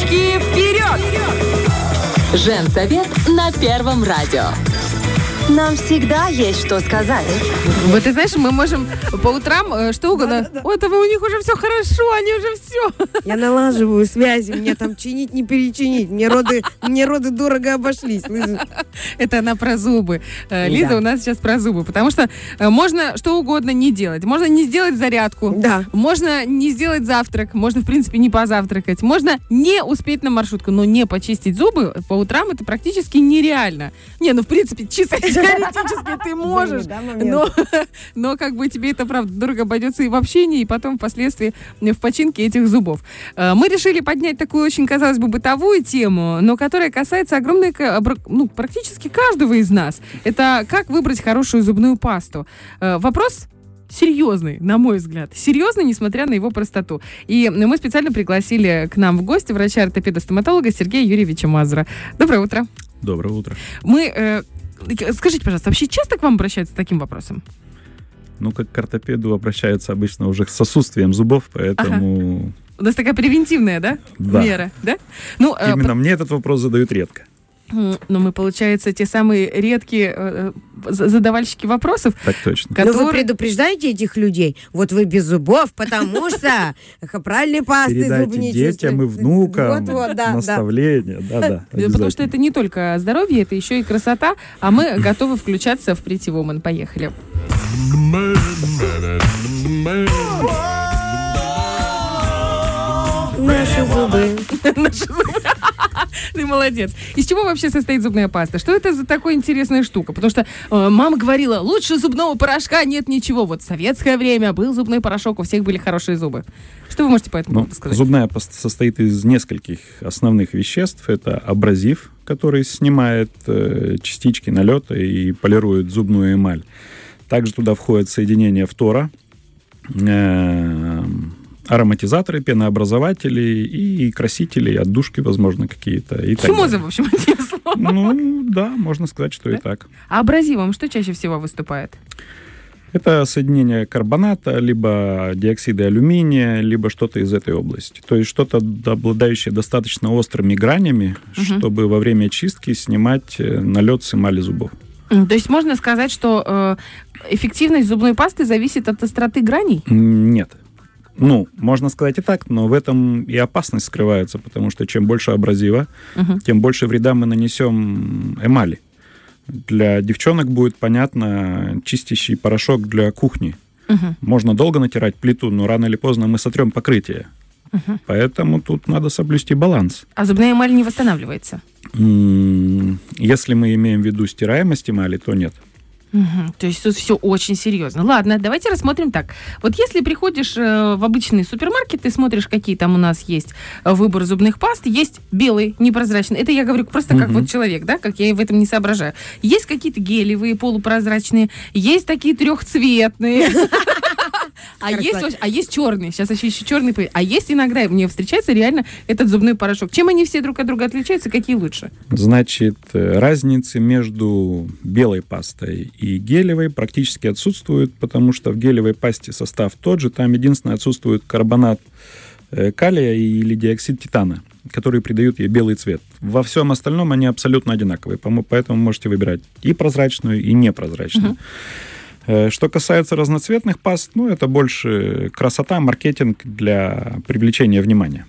Девочки, вперед! Женсовет на Первом радио. Нам всегда есть что сказать. Вот ты знаешь, мы можем по утрам что угодно. Да. Вот у них уже все хорошо, они уже все. Я налаживаю связи, мне там чинить, не перечинить. Мне роды дорого обошлись. Это она про зубы. Лиза у нас сейчас про зубы. Потому что можно что угодно не делать. Можно не сделать зарядку. Да. Можно не сделать завтрак. Можно, в принципе, не позавтракать. Можно не успеть на маршрутку. Но не почистить зубы по утрам это практически нереально. Не, ну, в принципе, чисто теоретически ты можешь, но как бы тебе это, правда, дорого обойдется и в общении, и потом впоследствии в починке этих зубов. Мы решили поднять такую очень, казалось бы, бытовую тему, но которая касается практически каждого из нас. Это как выбрать хорошую зубную пасту. Вопрос серьезный, на мой взгляд. Серьезный, несмотря на его простоту. И мы специально пригласили к нам в гости врача-ортопеда-стоматолога Сергея Юрьевича Мазура. Доброе утро. Доброе утро. Скажите, пожалуйста, вообще часто к вам обращаются с таким вопросом? Ну, как к ортопеду обращаются обычно уже с отсутствием зубов, поэтому... Ага. У нас такая превентивная, да? Мера, да? Именно мне этот вопрос задают редко. Но мы, получается, те самые редкие задавальщики вопросов. Так точно. Но вы предупреждаете этих людей? Вот вы без зубов, потому что правильной пасты зубы не чистят. Передайте детям и внукам наставления. Да, потому что это не только здоровье, это еще и красота. А мы готовы включаться в Pretty Woman. Поехали. Наши зубы. Ты молодец. Из чего вообще состоит зубная паста? Что это за такая интересная штука? Потому что мама говорила, лучше зубного порошка нет ничего. Вот в советское время был зубной порошок, у всех были хорошие зубы. Что вы можете по этому поводу сказать? Зубная паста состоит из нескольких основных веществ. Это абразив, который снимает частички налета и полирует зубную эмаль. Также туда входят соединения фтора, ароматизаторы, пенообразователи и красители, отдушки, возможно, какие-то. Химоза, в общем, одним словом. Ну, да, можно сказать, что и так. А абразивом что чаще всего выступает? Это соединение карбоната, либо диоксида алюминия, либо что-то из этой области. То есть что-то, обладающее достаточно острыми гранями, чтобы во время чистки снимать налет с эмали зубов. То есть можно сказать, что эффективность зубной пасты зависит от остроты граней? Нет. Ну, можно сказать и так, но в этом и опасность скрывается, потому что чем больше абразива, тем больше вреда мы нанесем эмали. Для девчонок будет понятно чистящий порошок для кухни. Можно долго натирать плиту, но рано или поздно мы сотрем покрытие. Поэтому тут надо соблюсти баланс. А зубная эмаль не восстанавливается? Если мы имеем в виду стираемость эмали, то нет. То есть тут все очень серьезно. Ладно, давайте рассмотрим так. Вот если приходишь в обычный супермаркет и смотришь, какие там у нас есть выбор зубных паст, есть белый, непрозрачный. Это я говорю просто как вот человек, да, как я в этом не соображаю. Есть какие-то гелевые, полупрозрачные, есть такие трехцветные. А есть черный. Сейчас еще черный. А есть иногда, мне встречается реально этот зубной порошок. Чем они все друг от друга отличаются? Какие лучше? Значит, разницы между белой пастой и гелевой практически отсутствуют, потому что в гелевой пасте состав тот же. Там единственное отсутствует карбонат калия или диоксид титана, которые придают ей белый цвет. Во всем остальном они абсолютно одинаковые. Поэтому можете выбирать и прозрачную, и непрозрачную. Что касается разноцветных паст, это больше красота, маркетинг для привлечения внимания.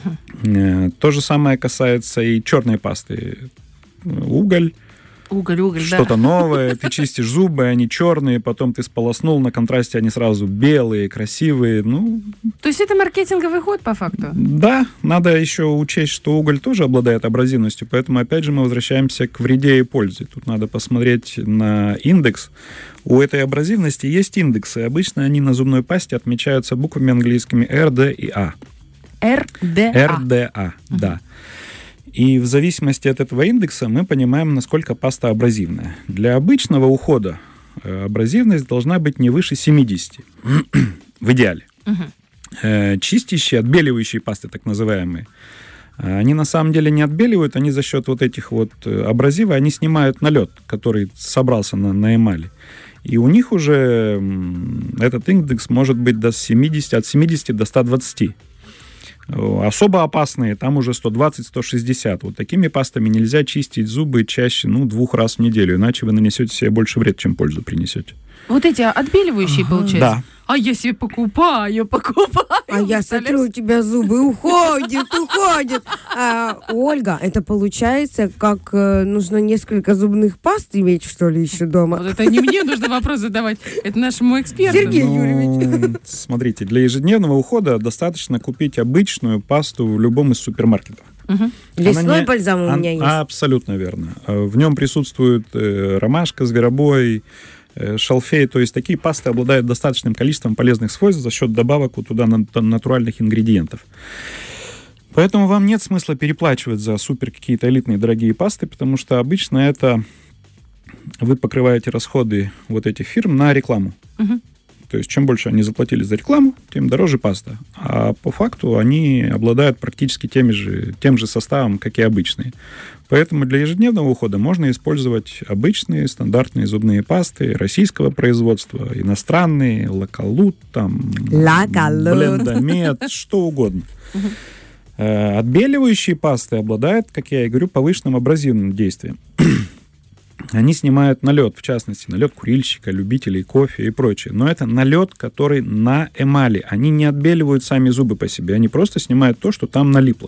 То же самое касается и черной пасты. Уголь, что-то новое. Ты чистишь зубы, они черные, потом ты сполоснул, на контрасте они сразу белые, красивые. То есть это маркетинговый ход по факту? Да, надо еще учесть, что уголь тоже обладает абразивностью, поэтому опять же мы возвращаемся к вреде и пользе. Тут надо посмотреть на индекс. У этой абразивности есть индексы. Обычно они на зубной пасте отмечаются буквами английскими R, D и A. RDA, да. И в зависимости от этого индекса мы понимаем, насколько паста абразивная. Для обычного ухода абразивность должна быть не выше 70 в идеале. Чистящие, отбеливающие пасты, так называемые, они на самом деле не отбеливают, они за счет вот этих вот абразива, они снимают налет, который собрался на эмали. И у них уже этот индекс может быть до 70, от 70 до 120. Особо опасные, там уже 120-160. Вот такими пастами нельзя чистить зубы чаще, 2 раз в неделю, иначе вы нанесете себе больше вред, чем пользу принесете. Вот эти отбеливающие, получается? Да. А я себе покупаю. А я смотрю, у тебя зубы уходят. Ольга, это получается, как нужно несколько зубных паст иметь, что ли, еще дома? Вот это не мне нужно вопрос задавать, это нашему эксперту. Сергей Юрьевич. Смотрите, для ежедневного ухода достаточно купить обычную пасту в любом из супермаркетов. Лесной бальзам у меня есть. Абсолютно верно. В нем присутствует ромашка, зверобой, шалфей, то есть такие пасты обладают достаточным количеством полезных свойств за счет добавок вот туда натуральных ингредиентов. Поэтому вам нет смысла переплачивать за супер какие-то элитные дорогие пасты, потому что обычно это вы покрываете расходы вот этих фирм на рекламу. То есть чем больше они заплатили за рекламу, тем дороже паста. А по факту они обладают практически тем же составом, как и обычные. Поэтому для ежедневного ухода можно использовать обычные стандартные зубные пасты российского производства, иностранные, Лакалут, Блендамед, что угодно. Отбеливающие пасты обладают, как я и говорю, повышенным абразивным действием. Они снимают налет, в частности, налет курильщика, любителей кофе и прочее. Но это налет, который на эмали. Они не отбеливают сами зубы по себе, они просто снимают то, что там налипло.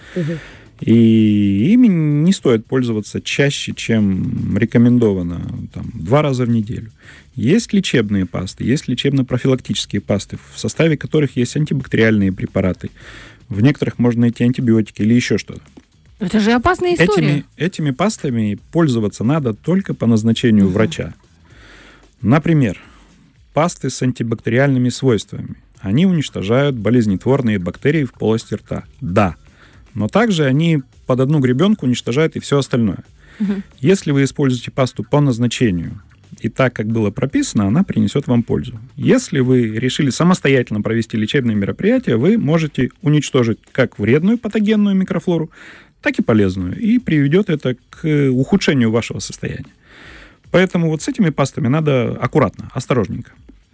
И ими не стоит пользоваться чаще, чем рекомендовано, 2 раза в неделю. Есть лечебные пасты, есть лечебно-профилактические пасты, в составе которых есть антибактериальные препараты. В некоторых можно найти антибиотики или еще что-то. Это же опасная история. Этими пастами пользоваться надо только по назначению врача. Например, пасты с антибактериальными свойствами. Они уничтожают болезнетворные бактерии в полости рта. Да. Но также они под одну гребенку уничтожают и все остальное. Если вы используете пасту по назначению и так, как было прописано, она принесет вам пользу. Если вы решили самостоятельно провести лечебные мероприятия, вы можете уничтожить как вредную патогенную микрофлору, так и полезную. И приведет это к ухудшению вашего состояния. Поэтому вот с этими пастами надо аккуратно, осторожненько.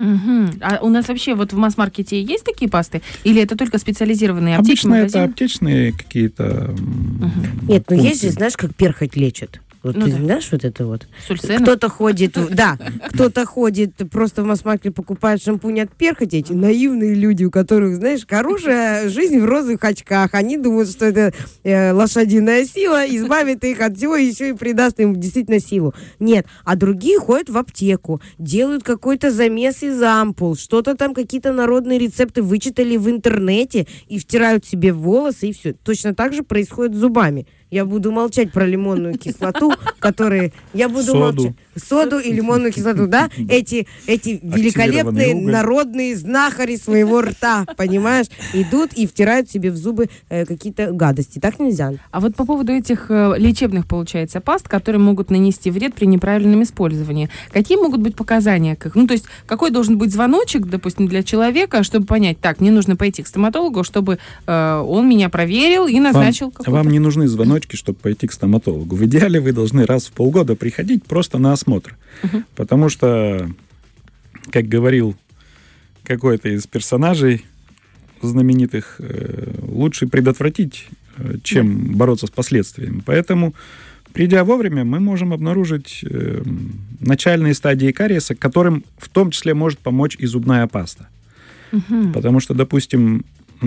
А у нас вообще вот в масс-маркете есть такие пасты? Или это только специализированные аптеки, Обычно магазины? это аптечные какие-то Нет, пункты. есть же, знаешь, как перхоть лечат. Вот ты знаешь вот это вот? Сульсена? Кто-то ходит, кто-то ходит, просто в масс-маркете покупает шампунь от перхоти. Эти наивные люди, у которых, знаешь, хорошая жизнь в розовых очках. Они думают, что это лошадиная сила избавит их от всего и еще и придаст им действительно силу. Нет, а другие ходят в аптеку, делают какой-то замес из ампул, что-то там, какие-то народные рецепты вычитали в интернете и втирают себе в волосы, и все. Точно так же происходит с зубами. Я буду молчать про лимонную кислоту, которые... Я буду молчать. Соду и лимонную кислоту, да? Эти великолепные народные знахари своего рта, понимаешь? Идут и втирают себе в зубы какие-то гадости. Так нельзя. А вот по поводу этих лечебных, получается, паст, которые могут нанести вред при неправильном использовании. Какие могут быть показания? То есть, какой должен быть звоночек, допустим, для человека, чтобы понять, так, мне нужно пойти к стоматологу, чтобы он меня проверил и назначил какой-то... Вам не нужны звоночки, чтобы пойти к стоматологу. В идеале вы должны раз в полгода приходить просто на осмотр. Потому что, как говорил какой-то из персонажей знаменитых, лучше предотвратить, чем бороться с последствиями. Поэтому, придя вовремя, мы можем обнаружить начальные стадии кариеса, которым в том числе может помочь и зубная паста. Потому что, допустим,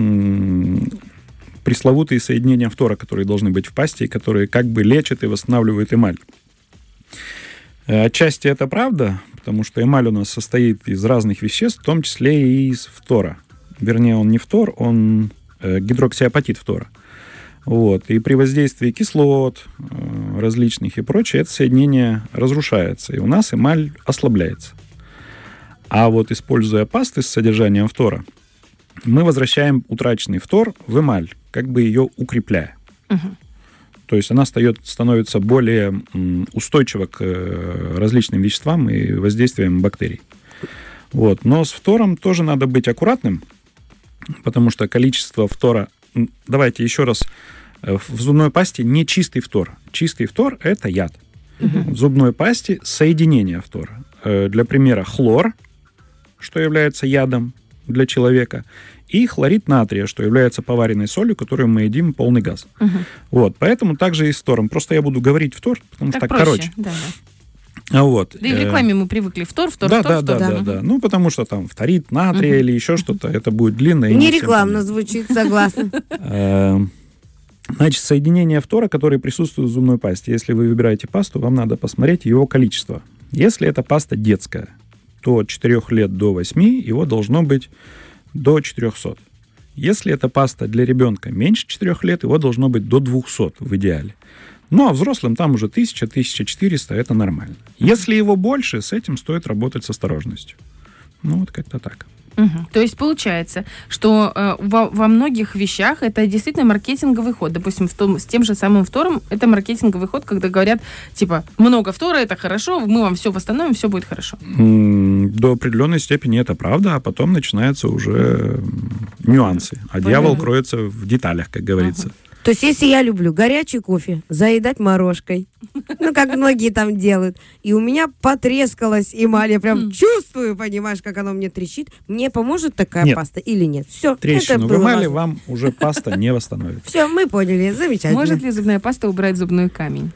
пресловутые соединения фтора, которые должны быть в пасте, и которые как бы лечат и восстанавливают эмаль. Отчасти это правда, потому что эмаль у нас состоит из разных веществ, в том числе и из фтора. Вернее, он не фтор, он гидроксиапатит фтора. Вот. И при воздействии кислот различных и прочее, это соединение разрушается, и у нас эмаль ослабляется. А вот используя пасты с содержанием фтора, мы возвращаем утраченный фтор в эмаль, как бы ее укрепляя. То есть она становится более устойчива к различным веществам и воздействиям бактерий. Вот. Но с фтором тоже надо быть аккуратным, потому что количество фтора... Давайте еще раз. В зубной пасте не чистый фтор. Чистый фтор – это яд. В зубной пасте соединение фтора. Для примера, хлор, что является ядом для человека, и хлорид натрия, что является поваренной солью, которую мы едим полный газ. Вот, поэтому также и с фтором. Просто я буду говорить фтор, потому что так короче. Да. Вот. Да и в рекламе мы привыкли фтор. Да. Ну, потому что там фторид натрия или еще что-то, это будет длинно. Не рекламно звучит, согласна. Значит, соединение фтора, которые присутствуют в зубной пасте. Если вы выбираете пасту, вам надо посмотреть его количество. Если это паста детская, то от 4 лет до 8 его должно быть до 400. Если это паста для ребенка меньше 4 лет, его должно быть до 200 в идеале. Ну, а взрослым там уже 1000-1400, это нормально. Если его больше, с этим стоит работать с осторожностью. Ну, вот как-то так. То есть получается, что во многих вещах это действительно маркетинговый ход. Допустим, с тем же самым фтором это маркетинговый ход, когда говорят, типа, много фтора, это хорошо, мы вам все восстановим, все будет хорошо. До определенной степени это правда, а потом начинаются уже нюансы. А дьявол кроется в деталях, как говорится. То есть, если я люблю горячий кофе, заедать морожкой, ну, как многие там делают, и у меня потрескалась эмаль, я прям чувствую, понимаешь, как оно мне трещит, мне поможет такая паста или нет? Все, трещину в эмали вам уже паста не восстановит. Все, мы поняли, замечательно. Может ли зубная паста убрать зубной камень?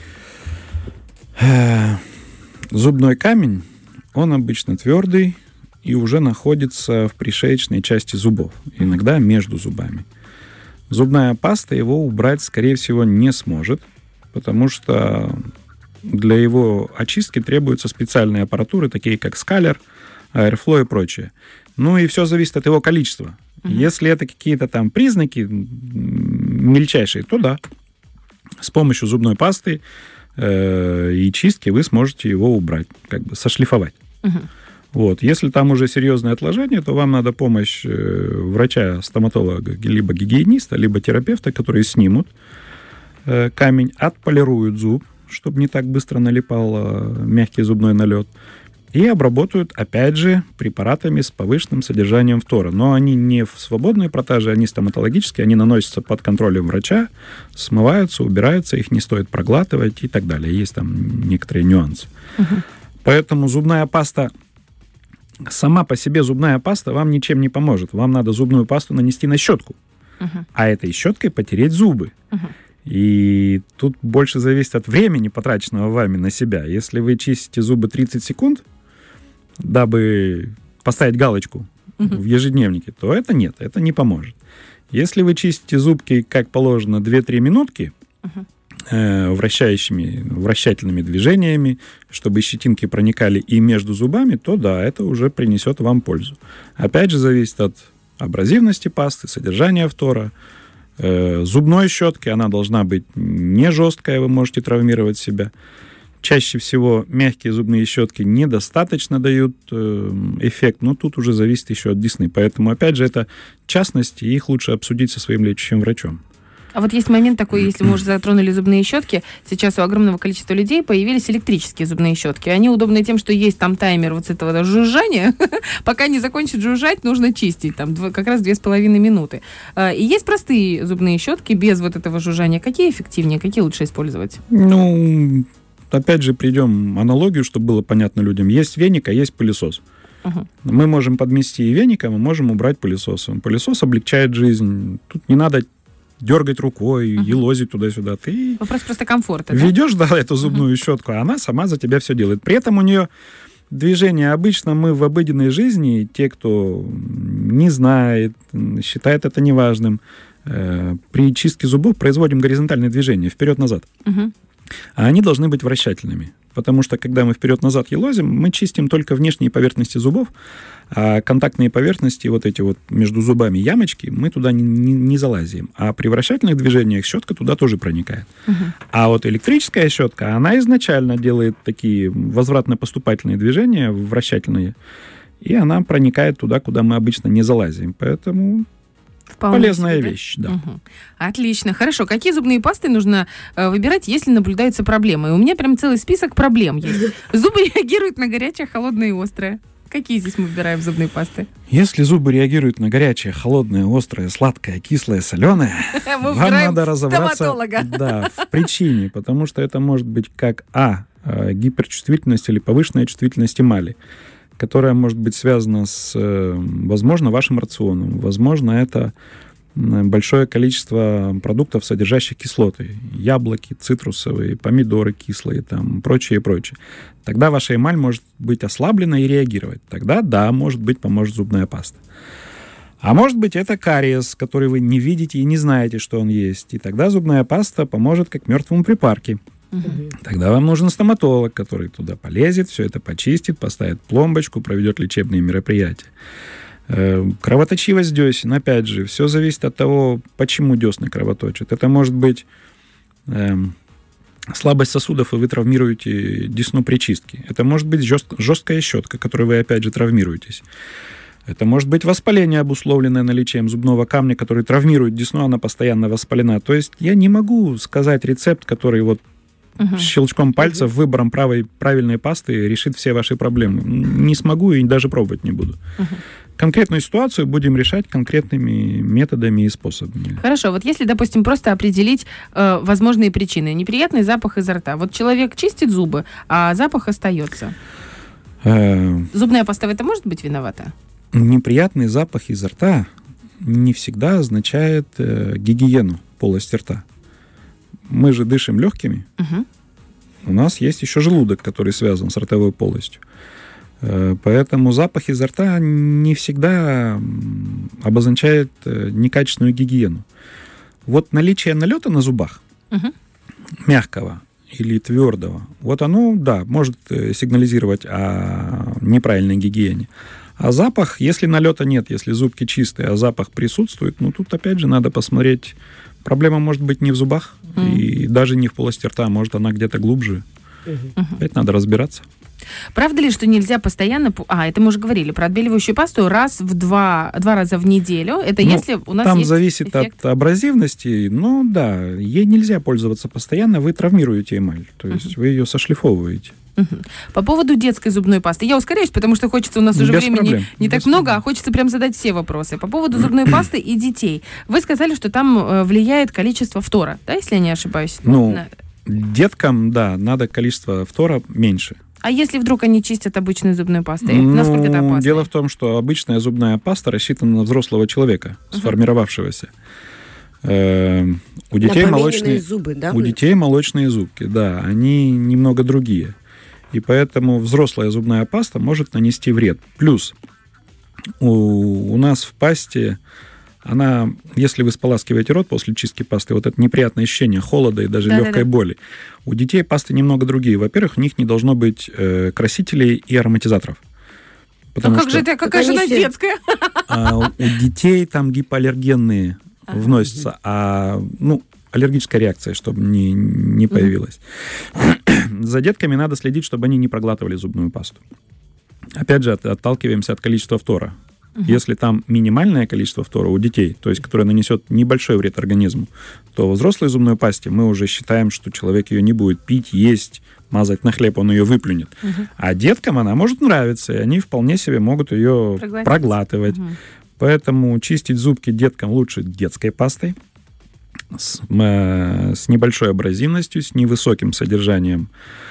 Зубной камень, он обычно твердый и уже находится в пришеечной части зубов, иногда между зубами. Зубная паста его убрать, скорее всего, не сможет, потому что для его очистки требуются специальные аппаратуры, такие как скалер, аэрфло и прочее. Ну и все зависит от его количества. Если это какие-то там признаки мельчайшие, то да. С помощью зубной пасты и чистки вы сможете его убрать, как бы сошлифовать. Вот. Если там уже серьезное отложение, то вам надо помощь врача-стоматолога, либо гигиениста, либо терапевта, которые снимут камень, отполируют зуб, чтобы не так быстро налипал мягкий зубной налет, и обработают, опять же, препаратами с повышенным содержанием фтора. Но они не в свободной продаже, они стоматологические, они наносятся под контролем врача, смываются, убираются, их не стоит проглатывать и так далее. Есть там некоторые нюансы. Поэтому зубная паста... Сама по себе зубная паста вам ничем не поможет. Вам надо зубную пасту нанести на щетку, а этой щеткой потереть зубы. И тут больше зависит от времени, потраченного вами на себя. Если вы чистите зубы 30 секунд, дабы поставить галочку в ежедневнике, то это нет, это не поможет. Если вы чистите зубки, как положено, 2-3 минутки, вращательными движениями, чтобы щетинки проникали и между зубами, то да, это уже принесет вам пользу. Опять же, зависит от абразивности пасты, содержания фтора, зубной щетки, она должна быть не жесткая, вы можете травмировать себя. Чаще всего мягкие зубные щетки недостаточно дают эффект, но тут уже зависит еще от десны. Поэтому, опять же, это частности, их лучше обсудить со своим лечащим врачом. А вот есть момент такой, если мы уже затронули зубные щетки, сейчас у огромного количества людей появились электрические зубные щетки. Они удобны тем, что есть там таймер вот этого жужжания. Пока не закончит жужжать, нужно чистить. Там как раз 2,5 минуты. И есть простые зубные щетки без вот этого жужжания. Какие эффективнее, какие лучше использовать? Ну, опять же, придем аналогию, чтобы было понятно людям. Есть веник, а есть пылесос. Мы можем подмести и веником, мы можем убрать пылесосом. Пылесос облегчает жизнь. Тут не надо дергать рукой, елозить туда-сюда. Ты вопрос просто комфорта, ведешь, да, эту зубную щетку, а она сама за тебя все делает. При этом у нее движение обычно мы в обыденной жизни, те, кто не знает, считает это неважным, при чистке зубов производим горизонтальные движения вперед-назад. А они должны быть вращательными. Потому что, когда мы вперед-назад елозим, мы чистим только внешние поверхности зубов, а контактные поверхности, вот эти вот между зубами ямочки, мы туда не залазим. А при вращательных движениях щетка туда тоже проникает. А вот электрическая щетка, она изначально делает такие возвратно-поступательные движения, вращательные, и она проникает туда, куда мы обычно не залазим. Поэтому... полезная вещь, да. Отлично. Хорошо. Какие зубные пасты нужно выбирать, если наблюдаются проблемы? У меня прям целый список проблем есть. Зубы реагируют на горячее, холодное и острое. Какие здесь мы выбираем зубные пасты? Если зубы реагируют на горячее, холодное, острое, сладкое, кислое, соленое, вам надо разобраться в причине, потому что это может быть как гиперчувствительность или повышенная чувствительность эмали. которая может быть связана с, возможно, вашим рационом. Возможно, это большое количество продуктов, содержащих кислоты. Яблоки, цитрусовые, помидоры кислые, там, прочее, прочее. Тогда ваша эмаль может быть ослаблена и реагировать. Тогда, да, может быть, поможет зубная паста. А может быть, это кариес, который вы не видите и не знаете, что он есть. И тогда зубная паста поможет как мертвому припарке. Тогда вам нужен стоматолог, который туда полезет, все это почистит, поставит пломбочку, проведет лечебные мероприятия. Кровоточивость десен, опять же, все зависит от того, почему десны кровоточат. Это может быть слабость сосудов, и вы травмируете десну при чистке. Это может быть жесткая щетка, которой вы, опять же, травмируетесь. Это может быть воспаление, обусловленное наличием зубного камня, который травмирует десну, она постоянно воспалена. То есть я не могу сказать рецепт, который вот щелчком пальцев, выбором правильной пасты решит все ваши проблемы. Не смогу и даже пробовать не буду. Конкретную ситуацию будем решать конкретными методами и способами. Хорошо, вот если, допустим, просто определить возможные причины. Неприятный запах изо рта. Вот человек чистит зубы, а запах остается. Зубная паста в этом может быть виновата? Неприятный запах изо рта не всегда означает гигиену полости рта. Мы же дышим легкими. У нас есть еще желудок, который связан с ротовой полостью. Поэтому запах изо рта не всегда обозначает некачественную гигиену. Вот наличие налета на зубах, мягкого или твердого, вот оно, да, может сигнализировать о неправильной гигиене. А запах, если налета нет, если зубки чистые, а запах присутствует, ну, тут, опять же, надо посмотреть. Проблема может быть не в зубах, и даже не в полости рта, может, она где-то глубже. Опять надо разбираться. Правда ли, что нельзя постоянно... это мы уже говорили, про отбеливающую пасту два раза в неделю. Это если у нас там есть зависит эффект... от абразивности, но да, ей нельзя пользоваться постоянно, вы травмируете эмаль, то есть вы ее сошлифовываете. По поводу детской зубной пасты. Я ускоряюсь, потому что хочется, у нас уже Без времени проблем. не так много, а хочется прям задать все вопросы. По поводу зубной пасты и детей. Вы сказали, что там влияет количество фтора, да, если я не ошибаюсь? Деткам, да, надо количество фтора меньше. А если вдруг они чистят обычной зубной пастой? Насколько это опасно? Дело в том, что обычная зубная паста рассчитана на взрослого человека, сформировавшегося. У детей молочные зубы, да? У детей молочные зубки, да, они немного другие. И поэтому взрослая зубная паста может нанести вред. Плюс у нас в пасте, она, если вы споласкиваете рот после чистки пасты, вот это неприятное ощущение холода и даже легкой боли. У детей пасты немного другие. Во-первых, у них не должно быть красителей и ароматизаторов. Ну как же это, какая же она детская? У детей там гипоаллергенные вносятся, аллергическая реакция, чтобы не появилась. За детками надо следить, чтобы они не проглатывали зубную пасту. Опять же, отталкиваемся от количества фтора. Если там минимальное количество фтора у детей, то есть которое нанесет небольшой вред организму, то во взрослой зубной пасте мы уже считаем, что человек ее не будет пить, есть, мазать на хлеб, он ее выплюнет. А деткам она может нравиться, и они вполне себе могут ее проглатывать. Поэтому чистить зубки деткам лучше детской пастой, с небольшой абразивностью, с невысоким содержанием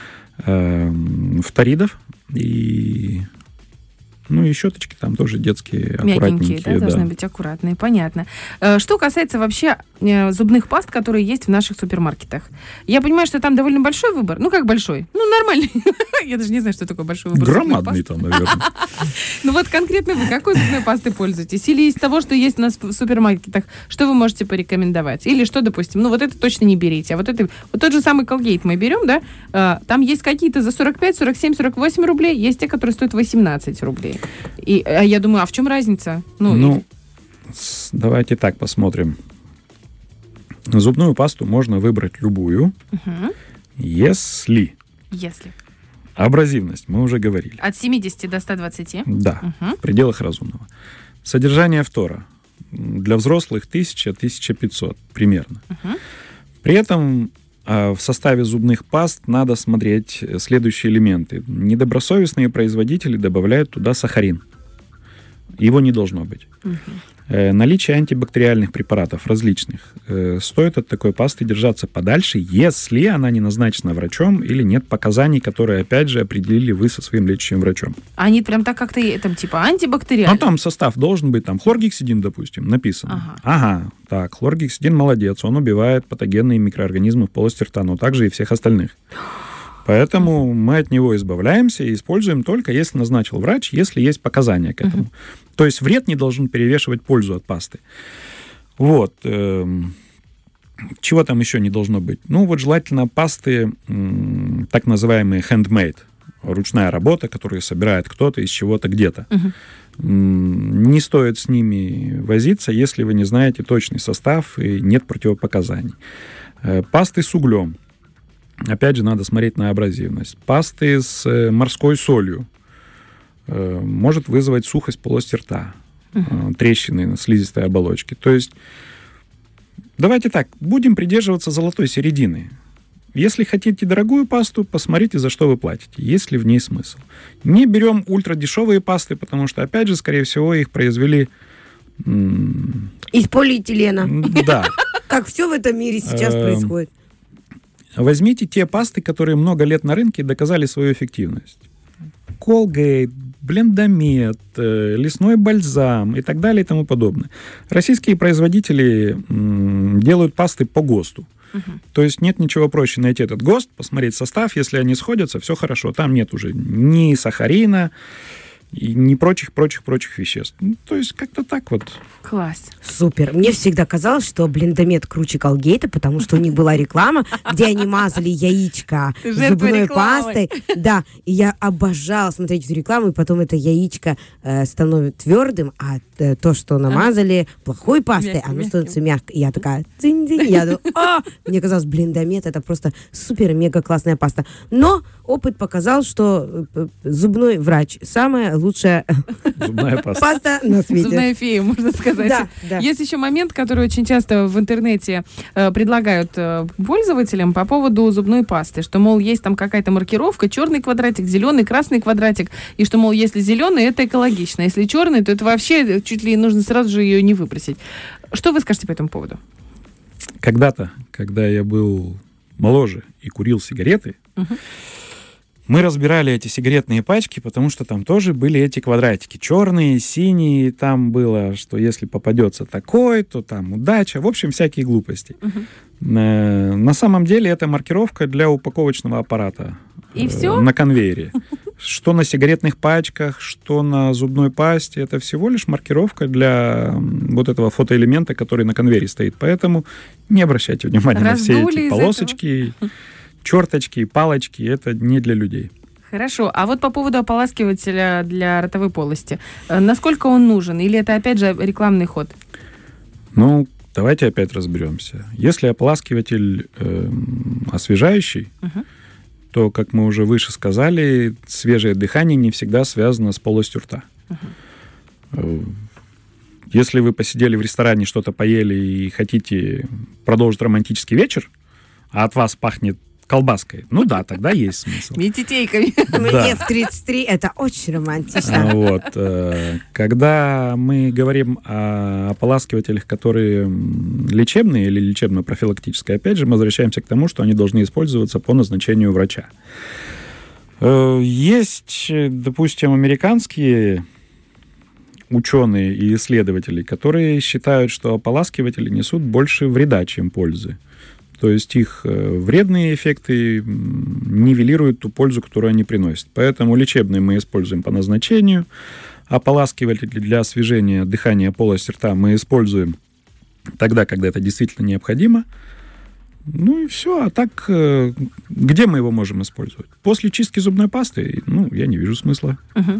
фторидов и и щеточки там тоже детские, аккуратненькие. Мягенькие, да, должны быть аккуратные, понятно. Что касается вообще зубных паст, которые есть в наших супермаркетах. Я понимаю, что там довольно большой выбор. Ну, как большой? Ну, нормальный. Я даже не знаю, что такое большой выбор. Громадный там, наверное. Ну, вот конкретно вы какой зубной пастой пользуетесь? Или из того, что есть у нас в супермаркетах, что вы можете порекомендовать? Или что, допустим, вот это точно не берите, а вот тот же самый Colgate мы берем, да? Там есть какие-то за 45, 47, 48 рублей, есть те, которые стоят 18 рублей. И я думаю, а в чем разница? Давайте так посмотрим. Зубную пасту можно выбрать любую, если абразивность, мы уже говорили. От 70 до 120? Да, в пределах разумного. Содержание фтора для взрослых 1000-1500 примерно. При этом в составе зубных паст надо смотреть следующие элементы. Недобросовестные производители добавляют туда сахарин. Его не должно быть. Наличие антибактериальных препаратов различных. Стоит от такой пасты держаться подальше, если она не назначена врачом или нет показаний, которые, опять же, определили вы со своим лечащим врачом. Они прям так как-то, там, типа, антибактериальные? Ну, там состав должен быть, там, хлоргексидин, допустим, написано. Ага, так, хлоргексидин молодец, он убивает патогенные микроорганизмы в полости рта, но также и всех остальных. Поэтому мы от него избавляемся и используем только, если назначил врач, если есть показания к этому. То есть вред не должен перевешивать пользу от пасты. Вот. Чего там еще не должно быть? Ну, вот желательно пасты, так называемые handmade, ручная работа, которую собирает кто-то из чего-то где-то. Не стоит с ними возиться, если вы не знаете точный состав и нет противопоказаний. Пасты с углем. Опять же, надо смотреть на абразивность. Пасты с морской солью может вызвать сухость полости рта, трещины на слизистой оболочке. То есть, давайте так, будем придерживаться золотой середины. Если хотите дорогую пасту, посмотрите, за что вы платите, есть ли в ней смысл. Не берем ультрадешевые пасты, потому что, опять же, скорее всего, их произвели... Из полиэтилена. Да. Как все в этом мире сейчас происходит. Возьмите те пасты, которые много лет на рынке доказали свою эффективность. Colgate, Блендамед, лесной бальзам и так далее и тому подобное. Российские производители делают пасты по ГОСТу. То есть нет ничего проще найти этот ГОСТ, посмотреть состав, если они сходятся, все хорошо. Там нет уже ни сахарина, и ни прочих веществ. Ну, то есть как-то так вот. Класс. Супер. Мне всегда казалось, что Блендамед круче Колгейта, потому что у них была реклама, где они мазали яичко зубной пастой. Да, и я обожала смотреть эту рекламу, и потом это яичко становится твердым, а то, что намазали плохой пастой, оно становится мягкой. И я такая, дзинь-дзинь, я думаю, мне казалось, Блендамед это просто супер-мега классная паста. Но опыт показал, что зубной врач самая лучшая зубная паста на свете. Зубная фея, можно сказать. Да. Есть еще момент, который очень часто в интернете предлагают пользователям по поводу зубной пасты, что, мол, есть там какая-то маркировка, черный квадратик, зеленый, красный квадратик, и что, мол, если зеленый, это экологично, если черный, то это вообще чуть ли нужно сразу же ее не выбросить. Что вы скажете по этому поводу? Когда-то, когда я был моложе и курил сигареты, мы разбирали эти сигаретные пачки, потому что там тоже были эти квадратики. Черные, синие. Там было, что если попадется такой, то там удача. В общем, всякие глупости. На самом деле это маркировка для упаковочного аппарата. И все? На конвейере. Что на сигаретных пачках, что на зубной пасте. Это всего лишь маркировка для вот этого фотоэлемента, который на конвейере стоит. Поэтому не обращайте внимания на все эти полосочки. Черточки, палочки, это не для людей. Хорошо. А вот по поводу ополаскивателя для ротовой полости. Насколько он нужен? Или это, опять же, рекламный ход? Ну, давайте опять разберемся. Если ополаскиватель освежающий, то, как мы уже выше сказали, свежее дыхание не всегда связано с полостью рта. Если вы посидели в ресторане, что-то поели и хотите продолжить романтический вечер, а от вас пахнет колбаской. Ну да, тогда есть смысл. Метитейками. Мне в 33 это очень романтично. Вот. Когда мы говорим о ополаскивателях, которые лечебные или лечебно-профилактические, опять же, мы возвращаемся к тому, что они должны использоваться по назначению врача. Есть, допустим, американские ученые и исследователи, которые считают, что ополаскиватели несут больше вреда, чем пользы. То есть их вредные эффекты нивелируют ту пользу, которую они приносят. Поэтому лечебные мы используем по назначению. Ополаскиватели для освежения дыхания полости рта мы используем тогда, когда это действительно необходимо. Ну и все. А так, где мы его можем использовать? После чистки зубной пасты, я не вижу смысла.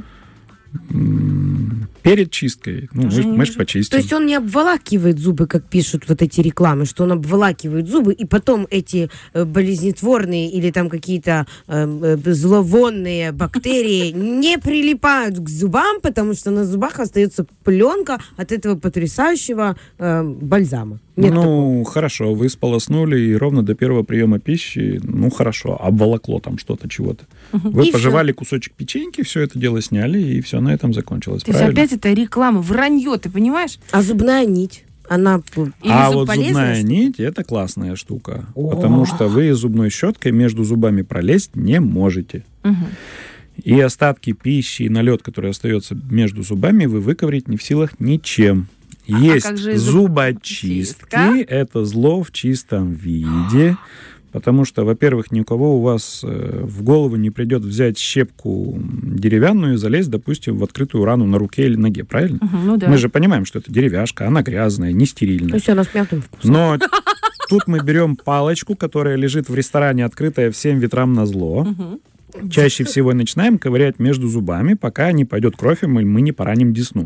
Перед чисткой, мы же почистим. То есть он не обволакивает зубы, как пишут вот эти рекламы, что он обволакивает зубы, и потом эти болезнетворные или там какие-то зловонные бактерии не прилипают к зубам, потому что на зубах остается пленка от этого потрясающего бальзама. Нет Ну, хорошо, вы сполоснули, и ровно до первого приема пищи, ну, хорошо, обволокло там что-то, чего-то. Вы И пожевали кусочек печеньки, все это дело сняли, и все на этом закончилось, То есть правильно? опять это реклама, вранье, ты понимаешь? А зубная нить? Она... Или А зуб вот полезная зубная штука? нить — это классная штука, потому что вы зубной щеткой между зубами пролезть не можете. И остатки пищи, и налет, который остается между зубами, вы выковырять не в силах ничем. Есть как же зубочистки, зубочистка? это зло в чистом виде, потому что, во-первых, ни у кого у вас в голову не придет взять щепку деревянную и залезть, допустим, в открытую рану на руке или ноге, правильно? Ну да. Мы же понимаем, что это деревяшка, она грязная, не То стерильная. есть она с мягким вкусом. Но тут мы берем палочку, которая лежит в ресторане, открытая всем ветрам назло. Чаще всего начинаем ковырять между зубами, пока не пойдет кровь, и мы не пораним десну.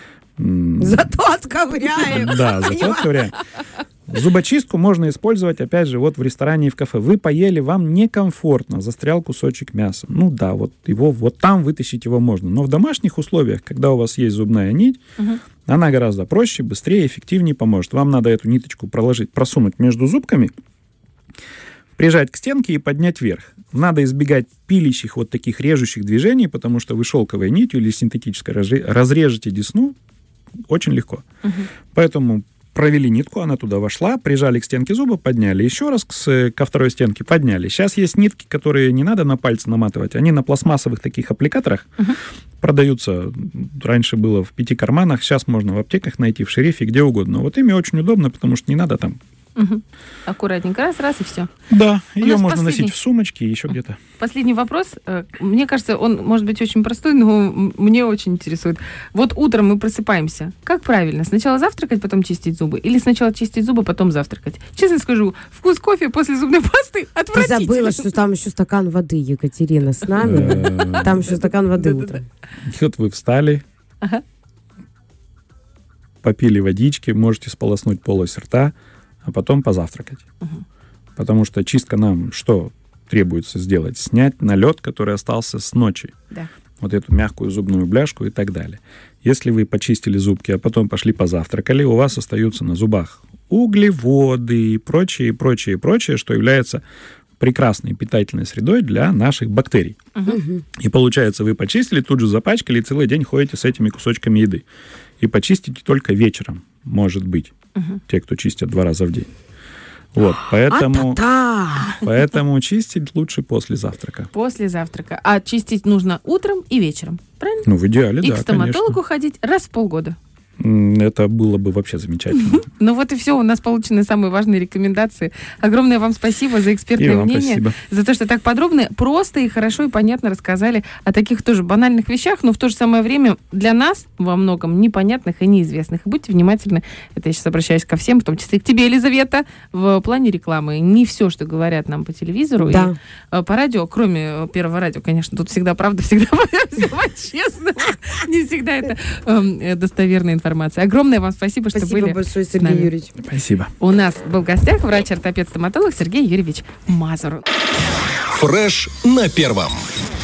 Зато отковыряем. Да, зато отковыряем. Зубочистку можно использовать, опять же, вот в ресторане и в кафе. Вы поели, вам некомфортно, застрял кусочек мяса. Ну да, вот его, вот там вытащить его можно. Но в домашних условиях, когда у вас есть зубная нить, она гораздо проще, быстрее, эффективнее поможет. Вам надо эту ниточку проложить, просунуть между зубками, прижать к стенке и поднять вверх. Надо избегать пилящих вот таких режущих движений, потому что вы шелковой нитью или синтетической разрежете десну очень легко. Поэтому провели нитку, она туда вошла, прижали к стенке зуба, подняли еще раз ко второй стенке, подняли. Сейчас есть нитки, которые не надо на пальцы наматывать, они на пластмассовых таких аппликаторах продаются. Раньше было в 5 карманах, сейчас можно в аптеках найти, в шерифе, где угодно. Вот ими очень удобно, потому что не надо там... Аккуратненько, раз, и все. Да, ее нас можно последний. носить в сумочке и еще где-то. Последний вопрос. Мне кажется, он может быть очень простой, но мне очень интересует. Вот утром мы просыпаемся. Как правильно? Сначала завтракать, потом чистить зубы? Или сначала чистить зубы, потом завтракать? Честно скажу, вкус кофе после зубной пасты Ты отвратительный. забыла, что там еще стакан воды, Екатерина, с нами. Там еще стакан воды утром. И вот вы встали, Ага. попили водички, можете сполоснуть полость рта, а потом позавтракать. Потому что чистка нам что требуется сделать? Снять налет, который остался с ночи. Да. Вот эту мягкую зубную бляшку и так далее. Если вы почистили зубки, а потом пошли позавтракали, у вас остаются на зубах углеводы и прочее, прочее, прочее, что является прекрасной питательной средой для наших бактерий. И получается, вы почистили, тут же запачкали, и целый день ходите с этими кусочками еды. И почистите только вечером, может быть. Те, кто чистят 2 раза в день. Вот, поэтому чистить лучше после завтрака. После завтрака. А чистить нужно утром и вечером. Правильно? Ну, в идеале, И да, к стоматологу конечно. ходить раз в полгода. Это было бы вообще замечательно. Ну вот и все, у нас получены самые важные рекомендации. Огромное вам спасибо за экспертное И вам мнение, спасибо. за то, что так подробно, просто и хорошо и понятно рассказали о таких тоже банальных вещах, но в то же самое время для нас во многом непонятных и неизвестных. И будьте внимательны, это я сейчас обращаюсь ко всем, в том числе и к тебе, Елизавета, в плане рекламы. Не все, что говорят нам по телевизору Да. и по радио, кроме Первого радио, конечно, тут всегда правда, всегда по-честному. Не всегда это достоверная информация. Огромное вам спасибо, что Спасибо были большое, с Сергей нами. Юрьевич. Спасибо. У нас был в гостях врач-ортопед-стоматолог Сергей Юрьевич Мазур. Фреш на первом.